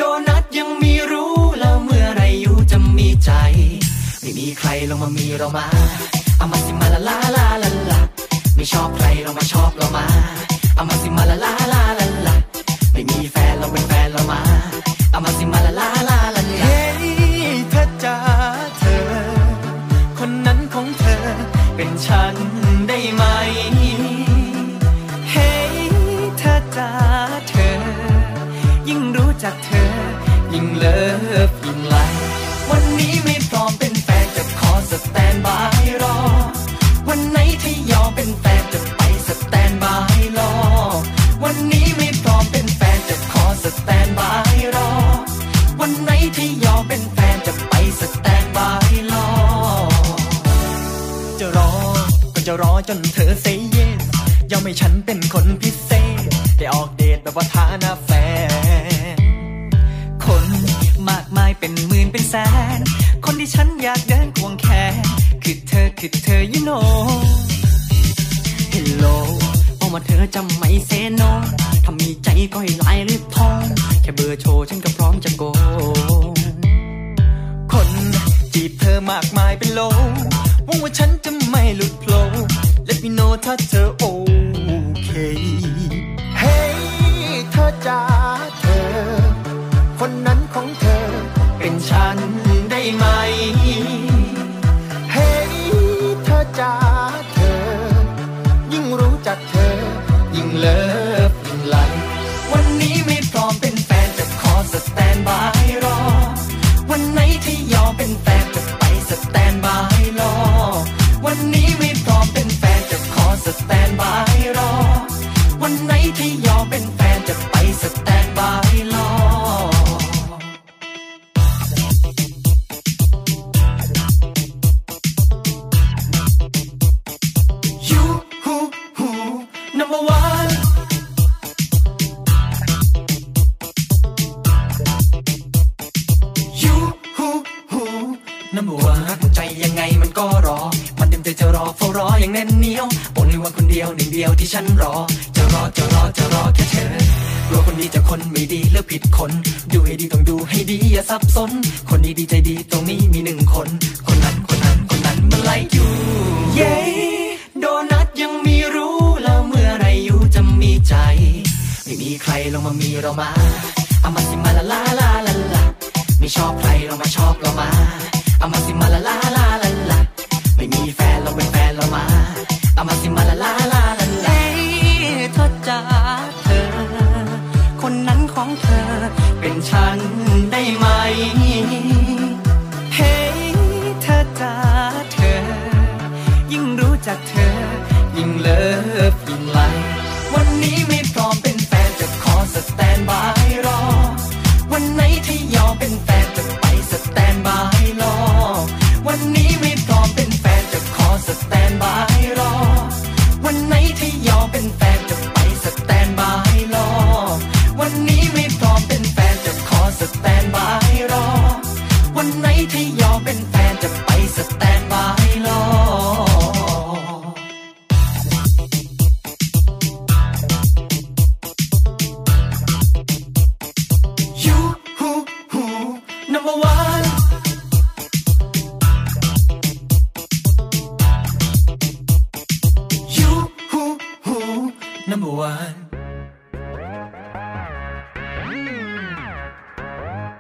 นัทยังมีรู้แล้วเมื่อไรอยู่จะมีใจไม่มีใครลงมามีเรามาเอามาสิมาลาลาลาลาลาไม่ชอบใครลงมาชอบเรามาเอามาสิมาลาลาลาลาลาไม่มีแฟนเราเป็นแฟนเรามาเอามาสิมาลาลาลาลาเฮ้ยเธอจ๋าเธอคนนั้นของเธอเป็นฉันได้ไหมเฮ้ยเธอจ๋าเธอยิ่งรู้จักเธอยิ่งเลิฟยิ่งไลวันนี้ไม่พร้อมเป็นแฟนจะขอสแตนบายรอวันไหนที่ยอมเป็นแฟนจะไปสแตนบายรอวันนี้ไม่พร้อมเป็นแฟนจะขอสแตนบายรอวันไหนที่ยอมเป็นแฟนจะไปสแตนบายรอจะรอก็จะรอจนเธอเซเยสยอมให้ฉันเป็นคนพิเศษได้ออกเดทแบบว่าฐานะแฟนคนมากมายเป็นหมื่นเป็นแสนคนที่ฉันอยากเดินควงแขนคือเธอ you know hello บอกว่าเธอจะไม่เซโนถ้ามีใจก็ให้ไลน์หรือทองแค่เบอร์โชว์ฉันก็พร้อมจะโกคนจีบเธอมากมายเป็นโลหวังว่าฉันจะไม่หลุดโผล่ Let me know ถ้าเธอโอเคเฮ้ยเธอจ๋าเธอคนนั้นของเธอเป็นฉันได้ไหมเฮ้ยเธอจ๋าเธอยิ่งรู้จักเธอยิ่งเลิฟยิ่งไลวันนี้ไม่พร้อมเป็นแฟนจะขอสแตนบายรอวันไหนที่ยอมเป็นแฟนจะไปสแตนบายรอวันนี้ไม่พร้อมเป็นแฟนจะขอสแตนบายรอวันไหนที่ยอมเป็นแฟนจะไปสแตนบายรอnumber one you number one รักหัวใจยังไงมันก็รอมันเต็มใจจะรอเฝ้ารออย่างแน่นเหนียวบอกเลยว่าคนเดียวหนึ่งเดียวที่ฉันรอจะรอแค่เธอกลัวคนดีจะคนไม่ดีเลือกผิดคนดูให้ดีต้องดูให้ดีอย่าสับสนคนดีดีใจดีตรงนี้มีหนึ่งคนคนนั้นมันไล่อยู่เย้โดนัทยังมีรู้แล้วเมื่อไรอยู่จะมีใจไม่มีใครลงมามีเรามาเอามาสิมาลาลาลาลาลาไม่ชอบใครเรามาชอบเรามาเอามาสิมาลาลาลาลาลาไม่มีแฟนเราเป็นแฟนเรามาเอามาสิมาลาลาลาลาลาเธอจ๋าเธอคนนั้นของเธอเป็นฉันได้ไหมเฮ้ยเธอจ๋าเธอยิ่งรู้จักเธอยิ่งเลิฟยิ่งไลวันนี้ไม่พร้อมเป็นแฟนจะขอสแตนบายรอวันไหนที่ยอมเป็นแฟนจะไปสแตนบายรอวันนี้ไม่พร้อมเป็นแฟนจะขอสแตนบายรอวันไหนที่ยอมเป็นแฟนจะไปสแตนบายรอวันนี้ไม่พร้อมเป็นแฟนจะขอสแตนบายรอวันไหนที่ยอมเป็นแฟนจะไปสแตนบายรอnumber one you number one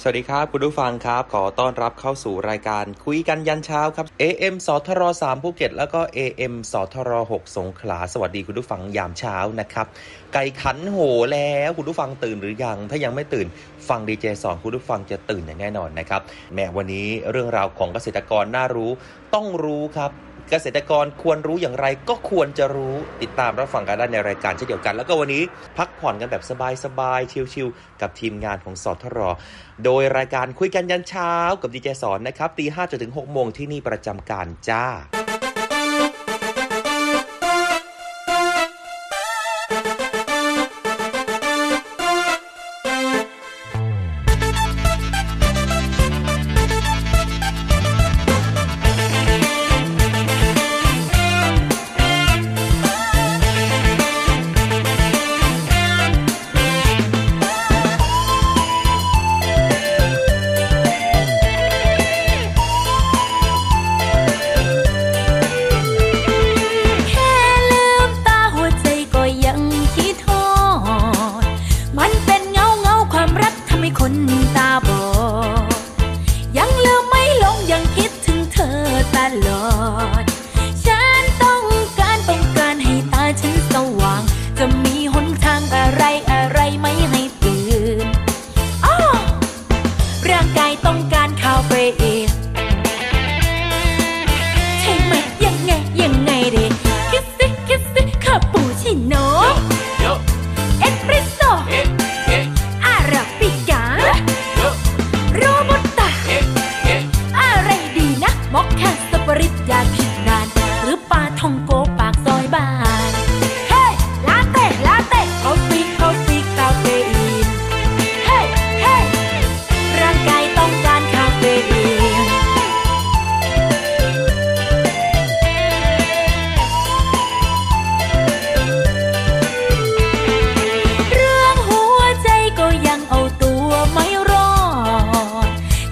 วัสดีครับคุณผู้ฟังครับขอต้อนรับเข้าสู่รายการคุยกันยันเช้าครับ AM สทร3ภูเก็ตแล้วก็ AM สทร6สงขลาสวัสดีคุณผู้ฟังยามเช้านะครับไก่ขันโหแล้วคุณผู้ฟังตื่นหรือยังถ้ายังไม่ตื่นฟังดีเจสอนคุณผู้ฟังจะตื่นอย่างแน่นอนนะครับแม้วันนี้เรื่องราวของเกษตรกรน่ารู้ต้องรู้ครับเกษตรกรควรรู้อย่างไรก็ควรจะรู้ติดตามรับฟังกันได้ในรายการเช่นเดียวกันแล้วก็วันนี้พักผ่อนกันแบบสบายๆชิลๆกับทีมงานของสทรโดยรายการคุยกันยันเช้ากับดีเจสอนนะครับ 5:00 น. จนถึง 6:00 น. ที่นี่ประจำการจ้า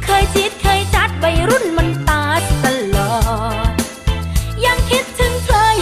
ยังคิดถึงเธอ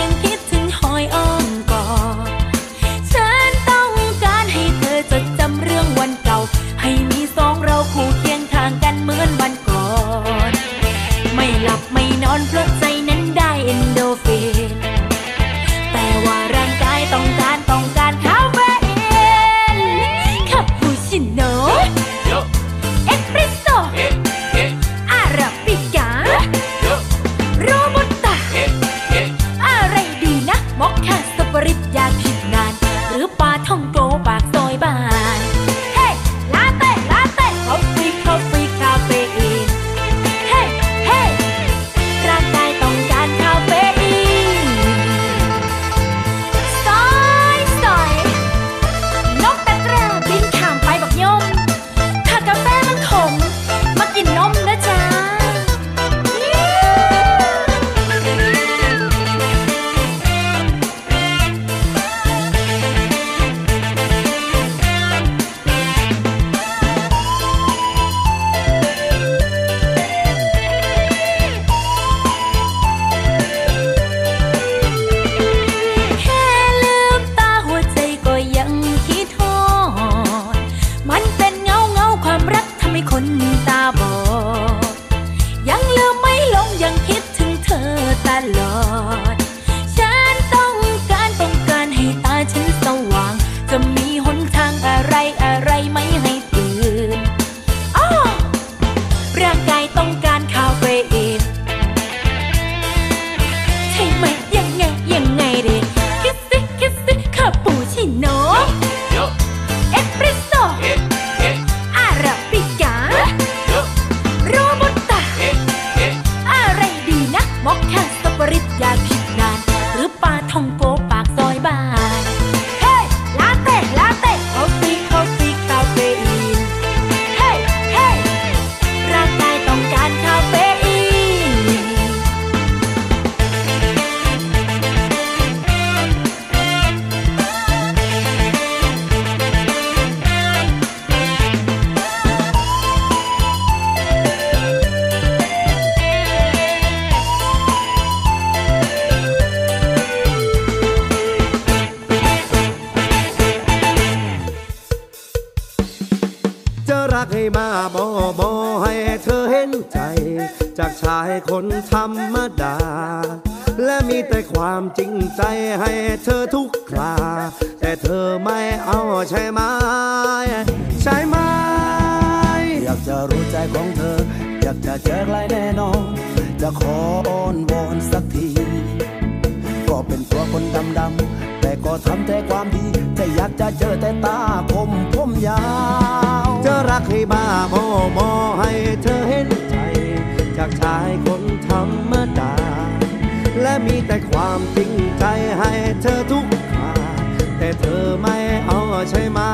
มาบ่ให้เธอเห็นใจจากชายคนธรรมดาและมีแต่ความจริงใจให้เธอทุกคราแต่เธอไม่เอาใช่ไหมใช่ไหมอยากจะรู้ใจของเธออยากจะเจอใกล้แน่นอนจะขออ้อนวอนสักทีก็เป็นตัวคนดำๆแต่ก็ทำแต่ความดีจะอยากจะเจอแต่ตาผมยาวจะรักให้บ้าบ่ให้เธอเห็นใจจากชายคนธรรมดาและมีแต่ความจริงใจให้เธอทุกคราแต่เธอไม่เอาใช่ไหม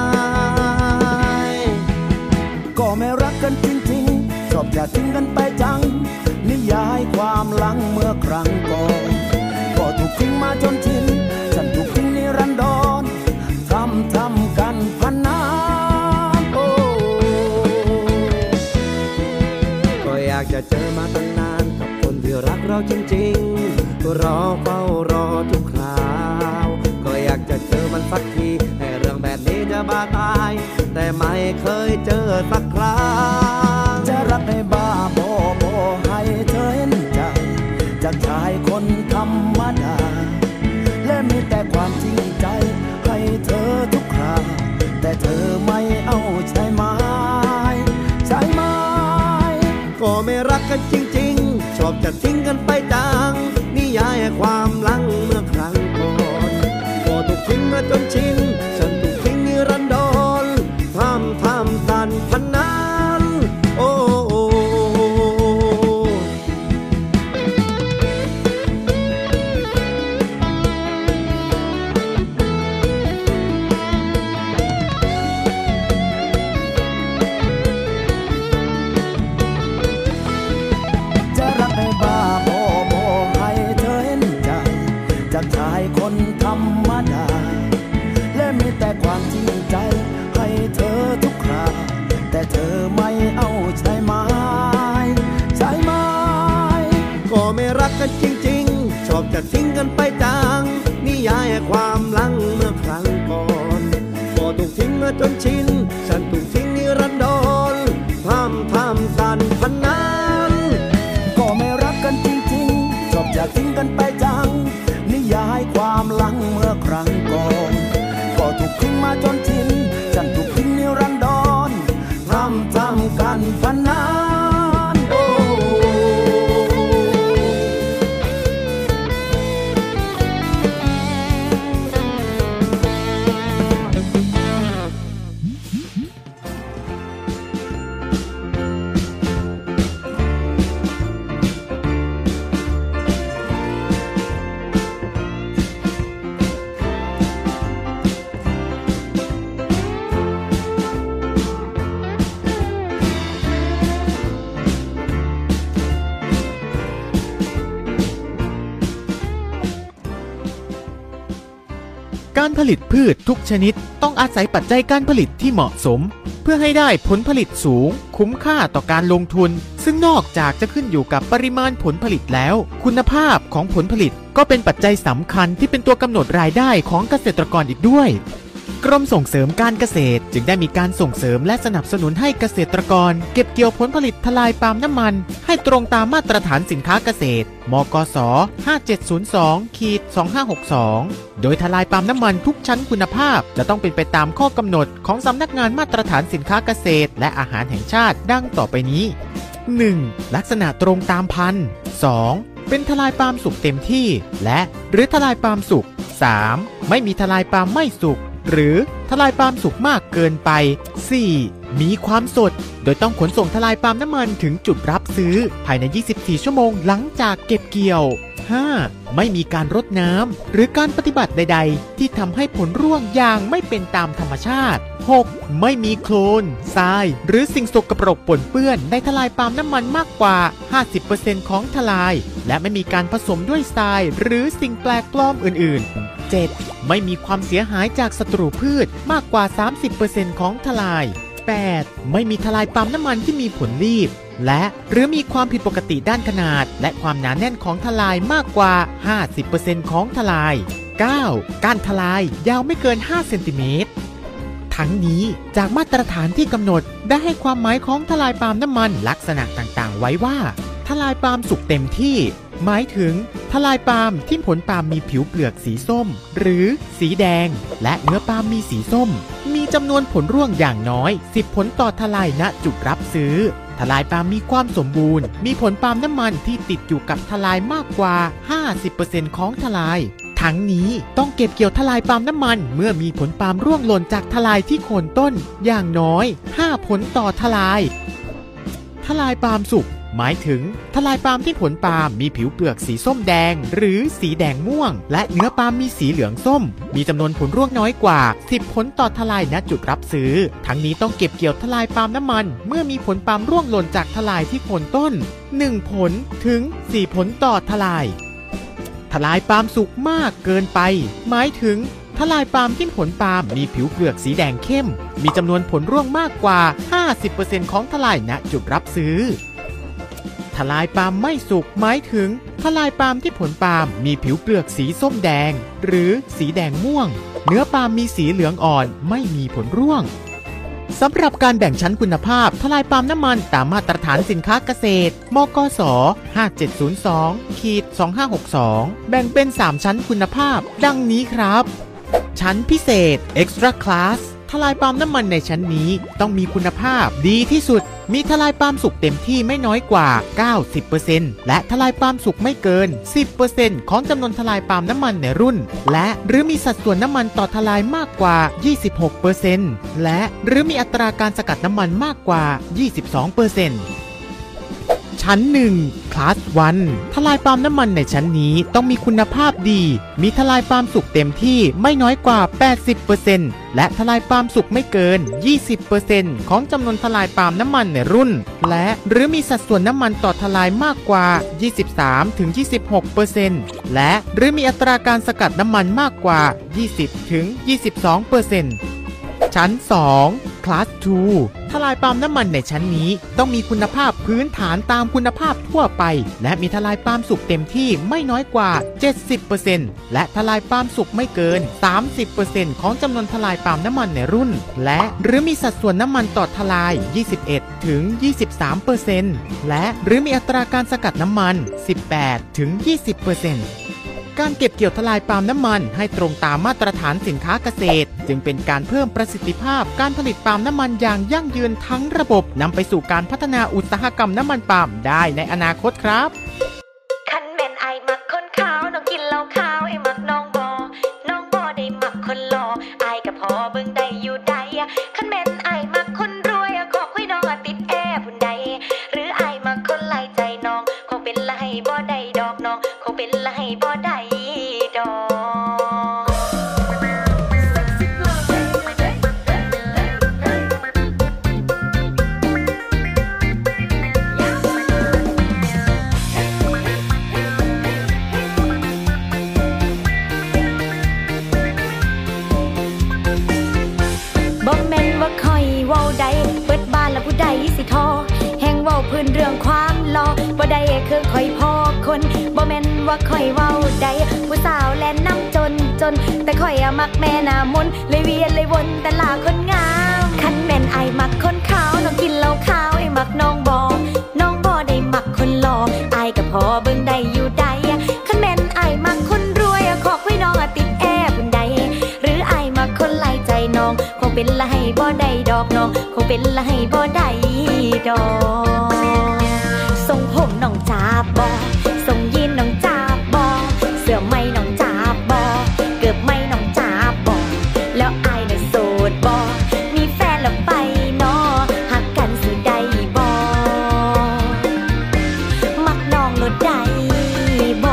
ก็ไม่รักกันจริงๆชอบจะทิ้งกันไปจังนิยายความหลังเมื่อครั้งก่อนก็ถูกทิ้งมาจนชินฉันถูกทิ้งนิรันดรทำกันพันนานโอ้ก็อยากจะเจอมาตั้งนานกับคนที่รักเราจริงๆรอเฝ้ารอทุกคราวก็อยากจะเจอมันสักทีแต่เรื่องแบบนี้จะบ้าตายแต่ไม่เคยเจอสักครั้งจะรักให้บ้าบ่ให้เธอเห็นใจจากชายคนธรรมดาและมีแต่ความจริงใจให้เธอทุกคราแต่เธอไม่เอาใช่ไหมก็ไม่รักกันจริงๆชอบจะทิ้งกันไปจังนิยายความหลังเมื่อครั้งก่อนก็ถูกทิ้งมาจนชินฉันถูกทิ้งนิรันดรทำกันพันนานโอ้จากชายคนธรรมดาและมีแต่ความจริงใจให้เธอทุกคราแต่เธอไม่เอาใช่ไหมก็ไม่รักกันจริงๆชอบจะทิ้งกันไปจังนิยายความหลังเมื่อครั้งก่อนก็ถูกทิ้งมาจนชินฉันถูกทิ้งนิรันดรทำกันพันนานก็ไม่รักกันจริงๆชอบจะทิ้งกันไปจังนิยายความหลังเมื่อครั้งก่อนก็ถูกทิ้งมาจนชินฉันถูกทิ้งนิรันดรทำกันพันนานโอ้การผลิตพืชทุกชนิดต้องอาศัยปัจจัยการผลิตที่เหมาะสมเพื่อให้ได้ผลผลิตสูงคุ้มค่าต่อการลงทุนซึ่งนอกจากจะขึ้นอยู่กับปริมาณผลผลิตแล้วคุณภาพของผลผลิตก็เป็นปัจจัยสำคัญที่เป็นตัวกำหนดรายได้ของเกษตรกรอีกด้วยกรมส่งเสริมการเกษตรจึงได้มีการส่งเสริมและสนับสนุนให้เกษตรกรเก็บเกี่ยวผลผลิตทลายปาล์มน้ำมันให้ตรงตามมาตรฐานสินค้าเกษตรมกส 5702/2562 โดยทลายปาล์มน้ำมันทุกชั้นคุณภาพจะต้องเป็นไปตามข้อกำหนดของสำนักงานมาตรฐานสินค้าเกษตรและอาหารแห่งชาติดังต่อไปนี้ 1. ลักษณะตรงตามพันธุ์ 2. เป็นทลายปาล์มสุกเต็มที่และหรือทลายปาล์มสุก 3. ไม่มีทลายปาล์มไม่สุกหรือทลายปาล์มสุกมากเกินไป 4. มีความสดโดยต้องขนส่งทลายปาล์มน้ำมันถึงจุดรับซื้อภายใน 24 ชั่วโมงหลังจากเก็บเกี่ยว 5. ไม่มีการรดน้ำหรือการปฏิบัติใดๆที่ทำให้ผลร่วงอย่างไม่เป็นตามธรรมชาติ 6. ไม่มีโคลนทรายหรือสิ่งสกปรกปนเปื้อนในทลายปาล์มน้ำมันมากกว่า 50% ของทลายและไม่มีการผสมด้วยทรายหรือสิ่งแปลกปลอมอื่นๆ 7. ไม่มีความเสียหายจากศัตรูพืชมากกว่า 30% ของทลาย 8. ไม่มีทลายปาล์มน้ำมันที่มีผลรีบและหรือมีความผิดปกติด้านขนาดและความหนาแน่นของทลายมากกว่า 50% ของทลาย 9. ก้านทลายยาวไม่เกิน5 เซนติเมตรทั้งนี้จากมาตรฐานที่กำหนดได้ให้ความหมายของทลายปาล์มน้ำมันลักษณะต่างๆไว้ว่าทลายปาล์มสุกเต็มที่หมายถึงทลายปาล์มที่ผลปาล์มมีผิวเปลือกสีส้มหรือสีแดงและเนื้อปาล์มมีสีส้มมีจำนวนผลร่วงอย่างน้อย10ผลต่อทลายณจุดรับซื้อทลายปาล์มมีความสมบูรณ์มีผลปาล์มน้ำมันที่ติดอยู่กับทลายมากกว่า 50% ของทลายทั้งนี้ต้องเก็บเกี่ยวทลายปาล์มน้ำมันเมื่อมีผลปาล์มร่วงหล่นจากทลายที่โคนต้นอย่างน้อย5ผลต่อทลายทลายปาล์มสุกหมายถึงทลายปาล์มที่ผลปาล์มมีผิวเปลือกสีส้มแดงหรือสีแดงม่วงและเนื้อปาล์มมีสีเหลืองส้มมีจำนวนผลร่วงน้อยกว่า10ผลต่อทลายณจุดรับซื้อทั้งนี้ต้องเก็บเกี่ยวทลายปาล์มน้ำมันเมื่อมีผลปาล์มร่วงหล่นจากทลายที่โคนต้น1ผลถึง4ผลต่อทลายทลายปาล์มสุกมากเกินไปหมายถึงทลายปาล์มที่ผลปาล์มมีผิวเปลือกสีแดงเข้มมีจำนวนผลร่วงมากกว่า 50% ของทลายณจุดรับซื้อทลายปาล์มไม่สุกหมายถึงทลายปาล์มที่ผลปาล์มมีผิวเปลือกสีส้มแดงหรือสีแดงม่วงเนื้อปาล์มมีสีเหลืองอ่อนไม่มีผลร่วงสำหรับการแบ่งชั้นคุณภาพทลายปาล์มน้ำมันตามมาตรฐานสินค้าเกษตรมกส 5702/2562 แบ่งเป็น3ชั้นคุณภาพดังนี้ครับชั้นพิเศษ Extra Class ทลายปาล์มน้ำมันในชั้นนี้ต้องมีคุณภาพดีที่สุดมีทลายปาล์มสุกเต็มที่ไม่น้อยกว่า 90% และทลายปาล์มสุกไม่เกิน 10% ของจำนวนทลายปาล์มน้ำมันในรุ่นและหรือมีสัดส่วนน้ำมันต่อทลายมากกว่า 26% และหรือมีอัตราการสกัดน้ำมันมากกว่า 22%ชั้น1 คลาส 1 ทลายปาล์มน้ำมันในชั้นนี้ต้องมีคุณภาพดีมีทลายปาล์มสุกเต็มที่ไม่น้อยกว่า 80% และทลายปาล์มสุกไม่เกิน 20% ของจำนวนทลายปาล์มน้ำมันในรุ่นและหรือมีสัดส่วนน้ำมันต่อทลายมากกว่า 23-26% และหรือมีอัตราการสกัดน้ำมันมากกว่า 20-22% ชั้น2 คลาส 2 ทลายปาล์มน้ำมันในชั้นนี้ต้องมีคุณภาพพื้นฐานตามคุณภาพทั่วไปและมีทลายปาล์มสุกเต็มที่ไม่น้อยกว่า 70% และทลายปาล์มสุกไม่เกิน 30% ของจำนวนทลายปาล์มน้ำมันในรุ่นและหรือมีสัดส่วนน้ำมันต่อทลาย 21-23% และหรือมีอัตราการสกัดน้ำมัน 18-20%การเก็บเกี่ยวทลายปาล์มน้ำมันให้ตรงตามมาตรฐานสินค้าเกษตรจึงเป็นการเพิ่มประสิทธิภาพการผลิตปาล์มน้ำมันอย่างยั่งยืนทั้งระบบนำไปสู่การพัฒนาอุตสาหกรรมน้ำมันปาล์มได้ในอนาคตครับคันแม่นไอมักคนขาวน้องกินเหล้าขาวไอมักน้องบอได้มักคนหล่อไอกับพอเบิ่งได้อยู่ใดคันแม่นไอมักคนรวยขอคุยน้องติดแอร์พุ่นใดหรือไอมักคนไล่ใจน้องคงเป็นไรบ่ได้ดอกน้องคงเป็นไรบ่ได้ดอกผู้ใดสิทอแห่งเว้าพื้นเรื่องความหล่อบ่ได้คือค่อยพอคนบ่แม่นว่าค่อยเว้าใดผู้สาวแลน้ำจนแต่ค่อยมักแม่หน้ามนเลยเวียนเลยวนแต่ลาคนงามคันแม่นไอมักคนขาวน้องกินเหล้าขาวไอมักน้องบ่ได้มักคนหล่อไอกับพอเบิ่งได้อยู่ใดคันแม่นไอมักคนรวยขอคุยน้องติดแอร์พุ่นใดหรือไอมักคนไล่ใจน้องคงเป็นไรบ่ได้ดอกน้องคงเป็นไรบ่ได้ดอกทรงผมน้องจับบ่ทรงยีนน้องจับบ่เสื้อไหมน้องจับบ่เกือบไหมน้องจับบ่แล้วอายน่ะโสดบ่มีแฟนแล้วไปน้อหักกันสิได้บ่มักน้องโลดได้บ่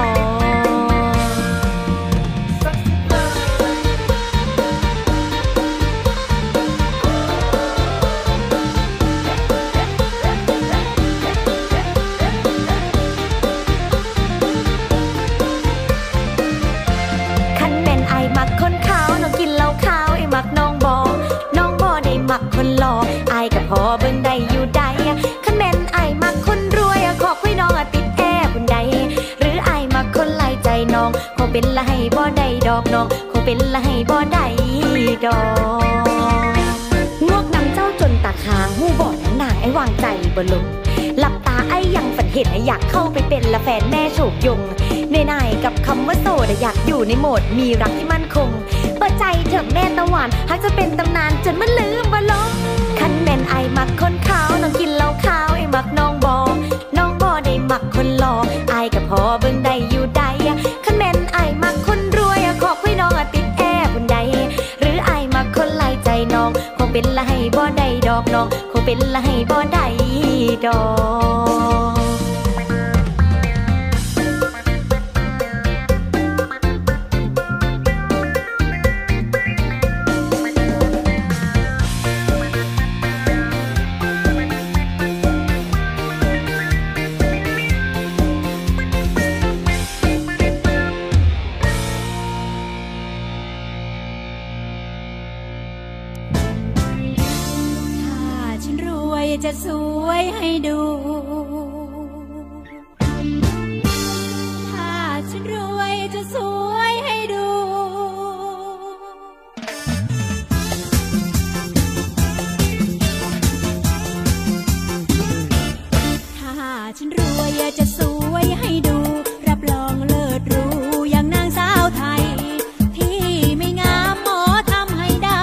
พอเบิ่งได้อยู่ใดคันแม่นไอมักคนรวยขอคุยน้องติดแอร์พุ่นใดหรือไอมักคนไล่ใจน้องคงเป็นไรบ่ได้ดอกน้องคงเป็นไรบ่ได้ดอกคาหูบ่นางไอ้วางใจบ่ลงหลับตาไอ้ยังฝันเห็นไอ้อยากเข้าไปเป็นละแฟนแม่โฉบยงนายกับคำว่าโสดอยากอยู่ในโหมดมีรักที่มั่นคงเปิดใจเถอะแม่ตะวันหากจะเป็นตำนานจนมันลืมบ่ลงคันแม่นไอ้มักคนขาวน้องกินเหล้าขาวไอ้มักน้องบอได้มักคนหล่อไอ้กับพอเบิ่งได้อยู่ใดคันแม่นไอ้มักคนรวยขอคุยน้องติดแอร์บนใดหรือไอ้มักคนไล่ใจน้องคงเป็นละให้บ่ได้ดอกน้องคงเป็นละให้บ่ได้ดอกจะสวยให้ดูถ้าฉันรวยจะสวยให้ดูถ้าฉันรวยจะสวยให้ดูรับรองเลิศหรูอย่างนางสาวไทยที่ไม่งามหมอทำให้ได้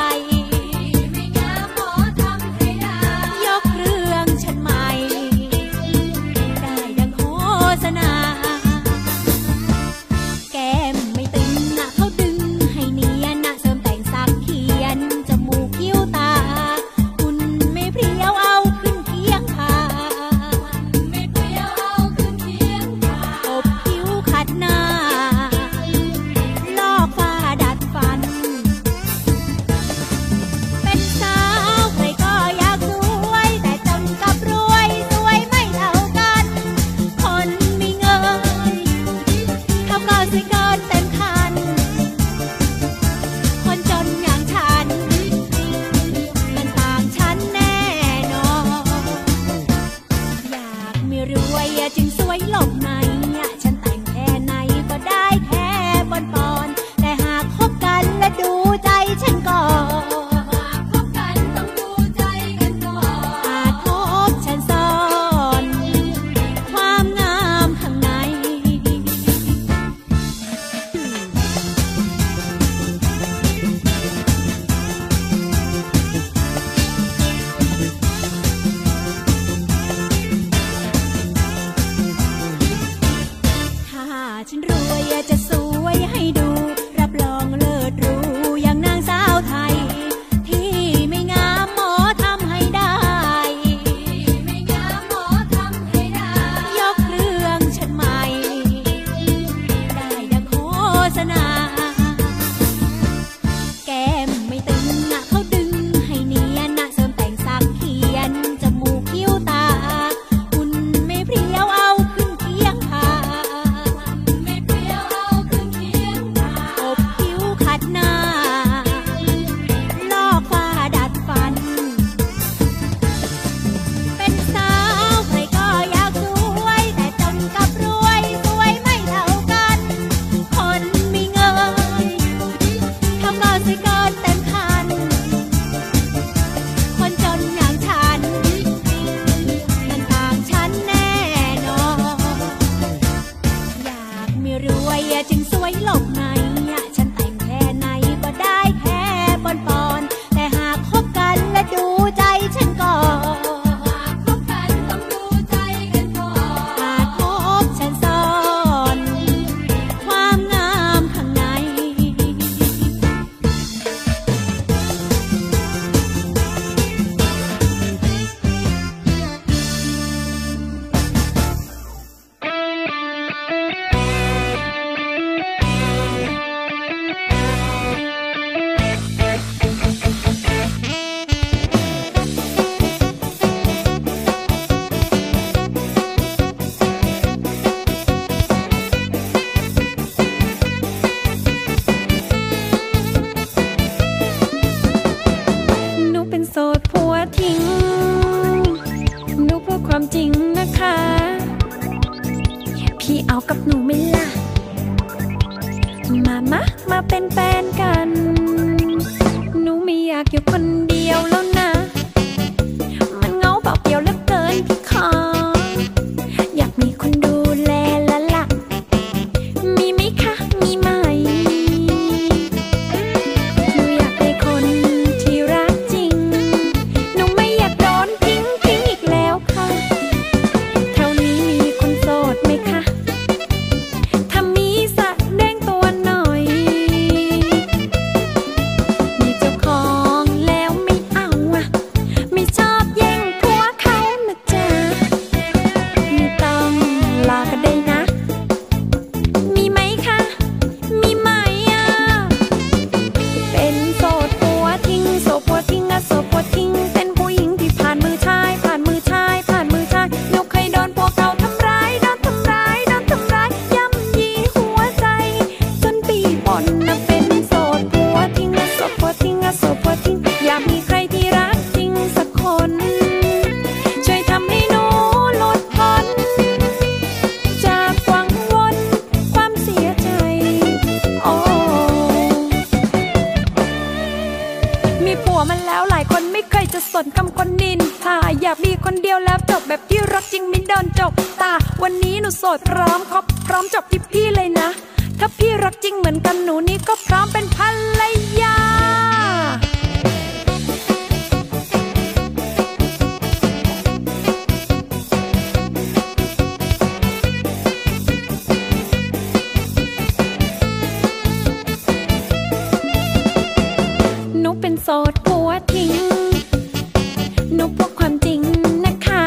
มาเป็นแฟนกันหนูไม่อยากอยู่คนเดียวแล้วนะวมาแล้วหลายคนไม่เคยจะสนคำคนนินทาอยากมีคนเดียวแล้วจบแบบที่รักจริงไม่โดนจกตาวันนี้หนูโสดพร้อมคบพร้อมจบที่พี่เลยนะถ้าพี่รักจริงเหมือนกันหนูนี่ก็พร้อมเป็นภรรยาหนูเป็นโสดผัวทิ้งหนูพูดความจริงนะคะ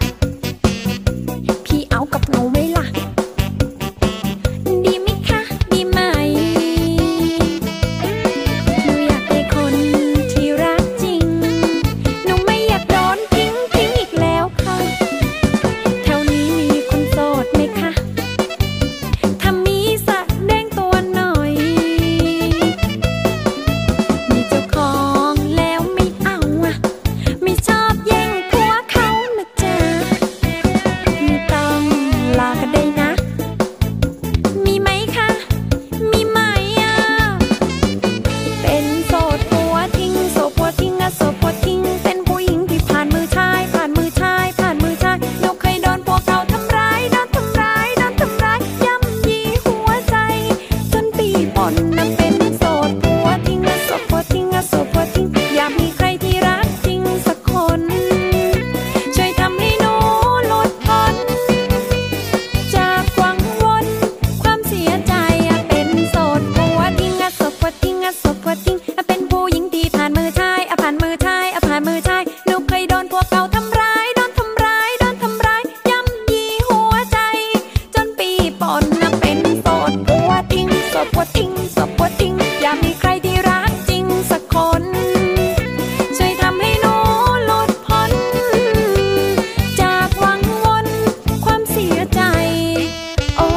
พี่เอากับหนูไว้ล่ะดีไหมคะดีไหมหนูอยากได้คนที่รักจริงหนูไม่อยากโดนทิ้งอีกแล้วค่ะแถวนี้มีคนโสดไหมคะถ้ามีแสดงตัวหน่อยมีเจ้าของแล้วไม่เอาอะไม่ชอบแย่งผัวเขานะจ๊ะไม่ต้องลากันได้นะมีไหมคะมีไหมอะเป็นโสดผัวทิ้งโสดผัวทิ้งอะโสดผัวทิ้งเป็นผู้หญิงที่ผ่านมือชายผ่านมือชายผ่านมือชายหนูเคยโดนผัวเก่าทำร้ายโดนทำร้ายโดนทำร้ายย่ำยีหัวใจจนปีป่นนะเป็นโสดผัวทิ้งอะโสดผัวทิ้งอะโสดผัวทิ้งอยากมีใครที่รักจริงสักคนช่วยทำให้หนูหลุดพ้นจากวังวนความเสียใจอะเป็นโสดผัวทิ้งอะโสดผัวทิ้งอะโสดผัวทิ้งอะเป็นผู้หญิงที่ผ่านมือชายอะผ่านมือชายอะผ่านมือชายหนูเคยโดนผัวเก่าทำร้ายโดนทำร้ายโดนทำร้ายย่ำยีหัวใจจนปีป่นนะเป็นโสดผัวทิ้งโสดผัวทิ้งโสดผัวทิ้งอยากมีใครที่รักจริงสักคนช่วยทำให้หนูหลุดพ้นจากวังวนความเสียใจโอ้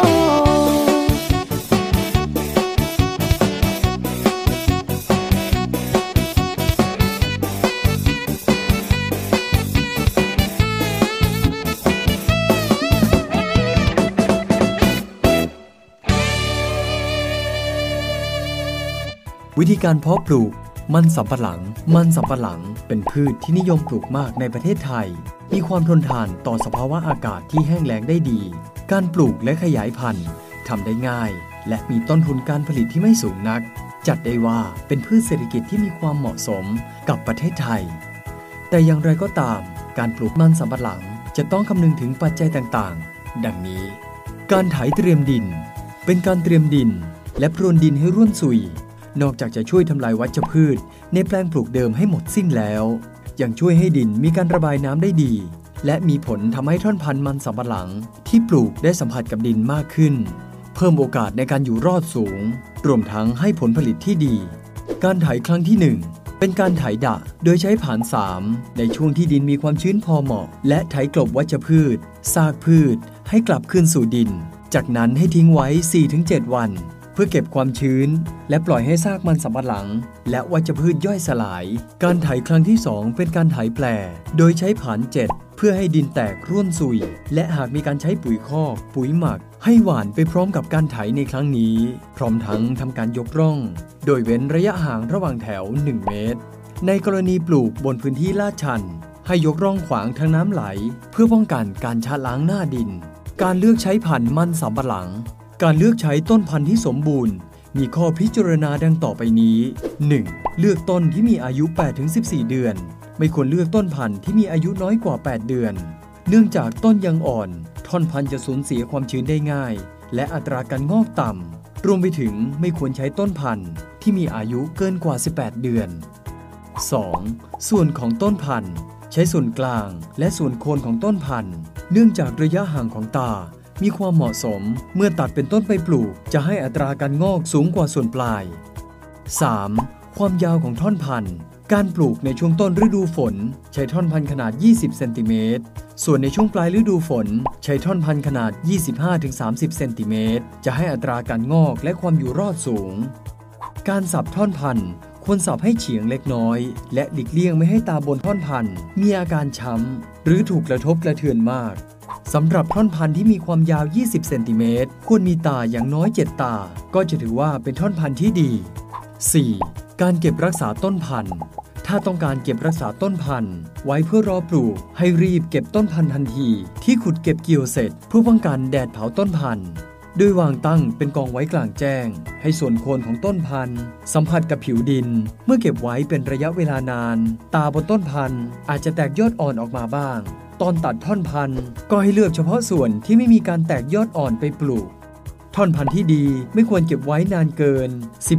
วิธีการเพาะปลูกมันสำปะหลังมันสำปะหลังเป็นพืชที่นิยมปลูกมากในประเทศไทยมีความทนทานต่อสภาวะอากาศที่แห้งแล้งได้ดีการปลูกและขยายพันธุ์ทำได้ง่ายและมีต้นทุนการผลิตที่ไม่สูงนักจัดได้ว่าเป็นพืชเศรษฐกิจที่มีความเหมาะสมกับประเทศไทยแต่อย่างไรก็ตามการปลูกมันสำปะหลังจะต้องคำนึงถึงปัจจัยต่างๆดังนี้การไถเตรียมดินเป็นการเตรียมดินและพรวนดินให้ร่วนซุยนอกจากจะช่วยทำลายวัชพืชในแปลงปลูกเดิมให้หมดสิ้นแล้วยังช่วยให้ดินมีการระบายน้ำได้ดีและมีผลทำให้ท่อนพันธุ์มันสำปะหลังที่ปลูกได้สัมผัสกับดินมากขึ้นเพิ่มโอกาสในการอยู่รอดสูงรวมทั้งให้ผลผลิตที่ดีการไถครั้งที่ 1เป็นการไถดะโดยใช้ผาน3ในช่วงที่ดินมีความชื้นพอเหมาะและไถกลบวัชพืชซากพืชให้กลับคืนสู่ดินจากนั้นให้ทิ้งไว้ 4-7 วันเพื่อเก็บความชื้นและปล่อยให้ซากมันสำปะหลังและวัชพืชย่อยสลายการไถครั้งที่ 2เป็นการไถแปลโดยใช้ผาน7เพื่อให้ดินแตกร่วนซุยและหากมีการใช้ปุ๋ยคอกปุ๋ยหมักให้หว่านไปพร้อมกับการไถในครั้งนี้พร้อมทั้งทำการยกร่องโดยเว้นระยะห่างระหว่างแถว1 เมตรในกรณีปลูกบนพื้นที่ลาดชันให้ยกร่องขวางทางน้ำไหลเพื่อป้องกันการชะล้างหน้าดินการเลือกใช้พันธุ์มันสำปะหลังการเลือกใช้ต้นพันธุ์ที่สมบูรณ์มีข้อพิจารณาดังต่อไปนี้ 1. เลือกต้นที่มีอายุ 8-14 เดือนไม่ควรเลือกต้นพันธุ์ที่มีอายุน้อยกว่า 8 เดือนเนื่องจากต้นยังอ่อนท่อนพันธุ์จะสูญเสียความชื้นได้ง่ายและอัตราการงอกต่ำรวมไปถึงไม่ควรใช้ต้นพันธุ์ที่มีอายุเกินกว่า 18 เดือน 2. ส่วนของต้นพันธุ์ใช้ส่วนกลางและส่วนโคนของต้นพันธุ์เนื่องจากระยะห่างของตามีความเหมาะสมเมื่อตัดเป็นต้นไปปลูกจะให้อัตราการงอกสูงกว่าส่วนปลาย 3. ความยาวของท่อนพันธุ์การปลูกในช่วงต้นฤดูฝนใช้ท่อนพันธุ์ขนาด20 เซนติเมตรส่วนในช่วงปลายฤดูฝนใช้ท่อนพันธุ์ขนาด 25-30 เซนติเมตรจะให้อัตราการงอกและความอยู่รอดสูงการสับท่อนพันธุ์ควรสับให้เฉียงเล็กน้อยและหลีกเลี่ยงไม่ให้ตาบนท่อนพันธุ์มีอาการช้ำหรือถูกกระทบกระเทือนมากสำหรับท่อนพันธุ์ที่มีความยาว 20 เซนติเมตรควรมีตาอย่างน้อย 7 ตาก็จะถือว่าเป็นท่อนพันธุ์ที่ดี 4. การเก็บรักษาต้นพันธุ์ถ้าาต้องการเก็บรักษาต้นพันธุ์ไว้เพื่อรอปลูกให้รีบเก็บต้นพันธุ์ทันทีที่ขุดเก็บเกี่ยวเสร็จเพื่อป้องกันแดดเผาต้นพันธุ์โดยวางตั้งเป็นกองไว้กลางแจ้งให้ส่วนโคนของต้นพันธุ์สัมผัสกับผิวดินเมื่อเก็บไว้เป็นระยะเวลานานตาบนต้นพันธุ์อาจจะแตกยอดอ่อนออกมาบ้างตอนตัดท่อนพันธุ์ก็ให้เลือกเฉพาะส่วนที่ไม่มีการแตกยอดอ่อนไปปลูกท่อนพันธุ์ที่ดีไม่ควรเก็บไว้นานเกิน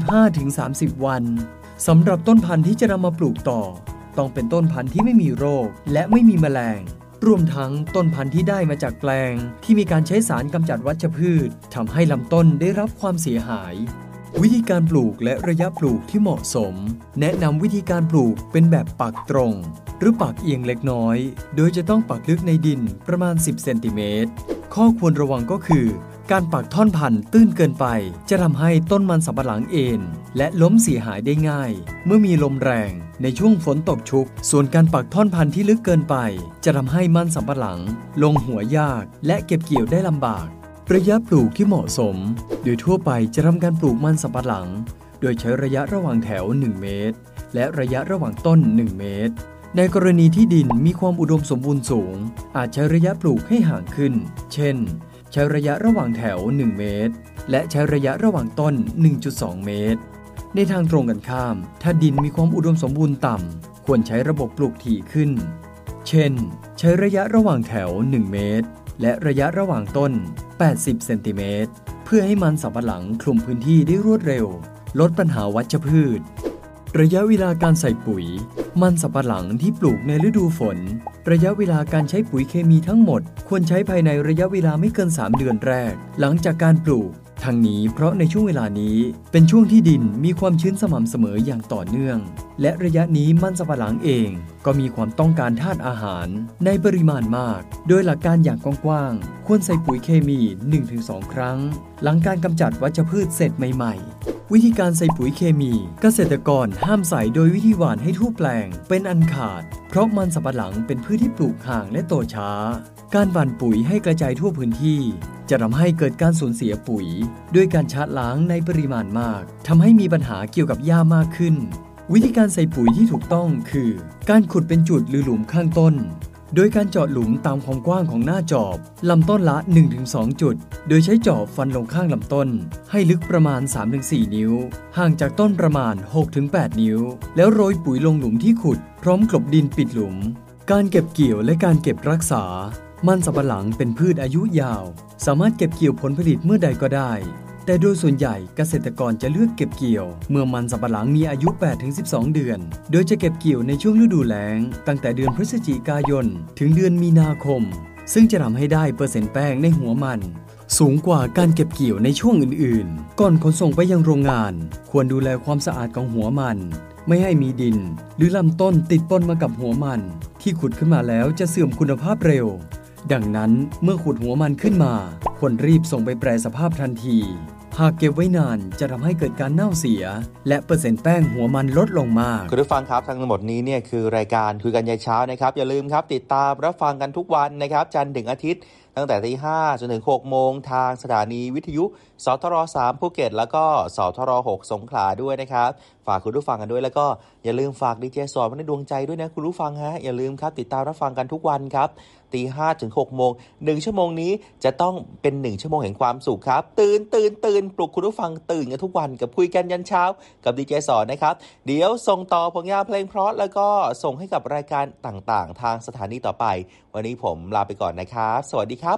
15-30 วันสำหรับต้นพันธุ์ที่จะนำมาปลูกต่อต้องเป็นต้นพันธุ์ที่ไม่มีโรคและไม่มีแมลงรวมทั้งต้นพันธุ์ที่ได้มาจากแปลงที่มีการใช้สารกำจัดวัชพืชทำให้ลำต้นได้รับความเสียหายวิธีการปลูกและระยะปลูกที่เหมาะสมแนะนำวิธีการปลูกเป็นแบบปักตรงหรือปักเอียงเล็กน้อยโดยจะต้องปักลึกในดินประมาณ10เซนติเมตรข้อควรระวังก็คือการปักท่อนพันธุ์ตื้นเกินไปจะทำให้ต้นมันสำปะหลังเอ็นและล้มเสียหายได้ง่ายเมื่อมีลมแรงในช่วงฝนตกชุกส่วนการปักท่อนพันธุ์ที่ลึกเกินไปจะทำให้มันสำปะหลังลงหัวยากและเก็บเกี่ยวได้ลำบากระยะปลูกที่เหมาะสมโดยทั่วไปจะทำการปลูกมันสำปะหลังโดยใช้ระยะระหว่างแถว1เมตรและระยะระหว่างต้น1เมตรในกรณีที่ดินมีความอุดมสมบูรณ์สูงอาจใช้ระยะปลูกให้ห่างขึ้นเช่นใช้ระยะระหว่างแถว1เมตรและใช้ระยะระหว่างต้น 1.2 เมตรในทางตรงกันข้ามถ้าดินมีความอุดมสมบูรณ์ต่ำควรใช้ระบบปลูกถี่ขึ้นเช่นใช้ระยะระหว่างแถว1เมตรและระยะระหว่างต้น80เซนติเมตรเพื่อให้มันสำปะหลังคลุมพื้นที่ได้รวดเร็วลดปัญหาวัชพืชระยะเวลาการใส่ปุ๋ยมันสำปะหลังที่ปลูกในฤดูฝนระยะเวลาการใช้ปุ๋ยเคมีทั้งหมดควรใช้ภายในระยะเวลาไม่เกิน3เดือนแรกหลังจากการปลูกทั้งนี้เพราะในช่วงเวลานี้เป็นช่วงที่ดินมีความชื้นสม่ำเสมออย่างต่อเนื่องและระยะนี้มันสำปะหลังเองก็มีความต้องการธาตุอาหารในปริมาณมากโดยหลักการอย่างกว้างๆควรใส่ปุ๋ยเคมี 1-2 ครั้งหลังการกำจัดวัชพืชเสร็จใหม่ๆวิธีการใส่ปุ๋ยเคมีเกษตรกรห้ามใส่โดยวิธีหว่านให้ทั่วแปลงเป็นอันขาดเพราะมันสำปะหลังเป็นพืชที่ปลูกห่างและโตช้าการหว่านปุ๋ยให้กระจายทั่วพื้นที่จะทำให้เกิดการสูญเสียปุ๋ยด้วยการชะล้างในปริมาณมากทำให้มีปัญหาเกี่ยวกับหญ้ามากขึ้นวิธีการใส่ปุ๋ยที่ถูกต้องคือการขุดเป็นจุดหรือหลุมข้างต้นโดยการเจาะหลุมตามความกว้างของหน้าจอบลำต้นละ 1-2 จุดโดยใช้จอบฟันลงข้างลำต้นให้ลึกประมาณ 3-4 นิ้วห่างจากต้นประมาณ 6-8 นิ้วแล้วโรยปุ๋ยลงหลุมที่ขุดพร้อมกลบดินปิดหลุมการเก็บเกี่ยวและการเก็บรักษามันสำปะหลังเป็นพืชอายุยาวสามารถเก็บเกี่ยวผลผลิตเมื่อใดก็ได้แต่โดยส่วนใหญ่เกษตรกรจะเลือกเก็บเกี่ยวเมื่อมันสำปะหลังมีอายุ 8-12 เดือนโดยจะเก็บเกี่ยวในช่วงฤดูแล้งตั้งแต่เดือนพฤศจิกายนถึงเดือนมีนาคมซึ่งจะทำให้ได้เปอร์เซ็นต์แป้งในหัวมันสูงกว่าการเก็บเกี่ยวในช่วงอื่นๆก่อนขนส่งไปยังโรงงานควรดูแลความสะอาดของหัวมันไม่ให้มีดินหรือลำต้นติดปนมากับหัวมันที่ขุดขึ้นมาแล้วจะเสื่อมคุณภาพเร็วดังนั้นเมื่อขุดหัวมันขึ้นมาควรรีบส่งไปแปรสภาพทันทีหากเก็บไว้นานจะทำให้เกิดการเน่าเสียและเปอร์เซ็นต์แป้งหัวมันลดลงมากคุณผู้ฟังครับทั้งหมดนี้เนี่ยคือรายการคุยกันยามเช้านะครับอย่าลืมครับติดตามรับฟังกันทุกวันนะครับจันทร์ถึงอาทิตย์ตั้งแต่ 5:00 จนถึง 6:00 นทางสถานีวิทยุสทร3ภูเก็ตแล้วก็สทร6สงขลาด้วยนะครับฝากคุณผู้ฟังกันด้วยแล้วก็อย่าลืมฝากดีเจสอนในดวงใจด้วยนะคุณผู้ฟังฮะอย่าลืมครับติดตามรับฟังกันทุกวันครับ 5:00 ถึง 6:00 น1ชั่วโมงนี้จะต้องเป็น1ชั่วโมงแห่งความสุขครับตื่นปลุกคุณผู้ฟังตื่นกันทุกวันกับคุยกันยันเช้ากับดีเจสอนนะครับเดี๋ยวส่งต่อผลงานเพลงเพราะแล้วก็ส่งให้กับรายการต่างๆทางสถานีต่อไปวันนี้ผมลาไปก่อนนะครับสวัสดีครับ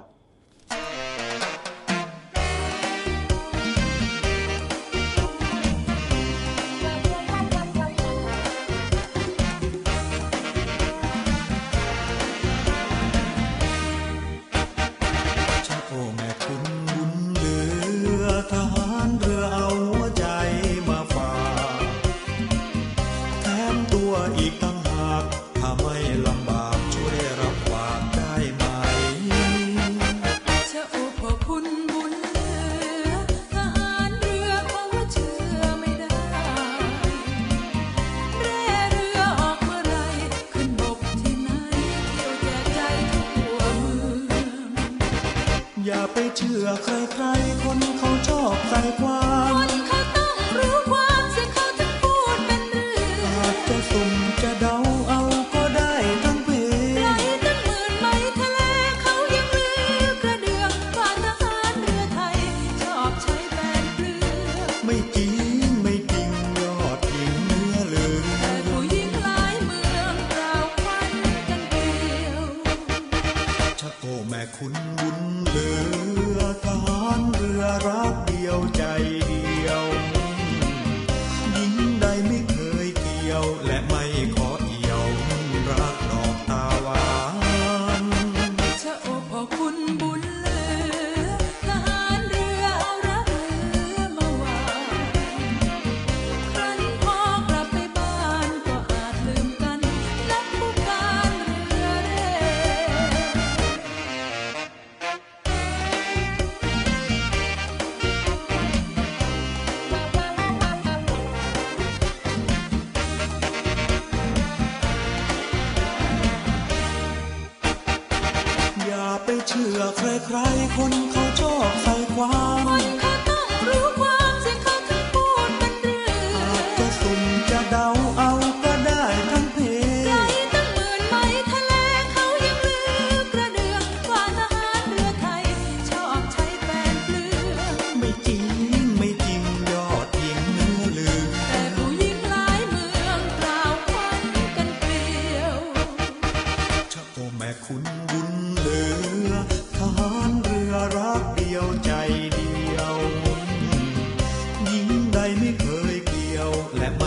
อย่าไปเชื่อใครๆคนเขาชอบใส่ความคนเขาต้องรู้ความเสียเขาถึงพูดเป็นเรื่องอาจจะสุ่มจะไม่จริงไม่จริงยอดหญิงเนื้อลือแต่ผู้หญิงหลายเมืองเราควันกันเกลียวชะโอแม่คุณบุญเหลือทหารเรือรักเดียวใจเดียวหญิงใดไม่เคยเกี่ยวและไม่ขอเอี่ยวรักดอกตาหวานชะโอพ่อคุณบุญเหลือทหารเรือเอารักเรือมาวางครั้นพอกลับไปบ้านก็อาจลืมกันนักผู้การเรือเร่อย่าไปเชื่อใครๆคนเขาชอบใส่ความคนเขาต้องรู้ความสิเขาถึงพูดเป็นเรื่องอาจจะสุ่มจะเดาเอาก็ได้ทั้งเพไกลตั้งหมื่นไมล์ทะเลเขายังลือกระเดืองว่าทหารเรือไทยชอบใช้แฟนเปลือกไม่จริงไม่จริงยอดหญิงเนื้อลือแต่ผู้หญิงหลายเมืองกล่าวควันกันเกลียวชะโอแม่คุณบุญเหลือทหารเรือรักเดียวใจเดียวหญิงใดไม่เคยเกี่ยวและไม่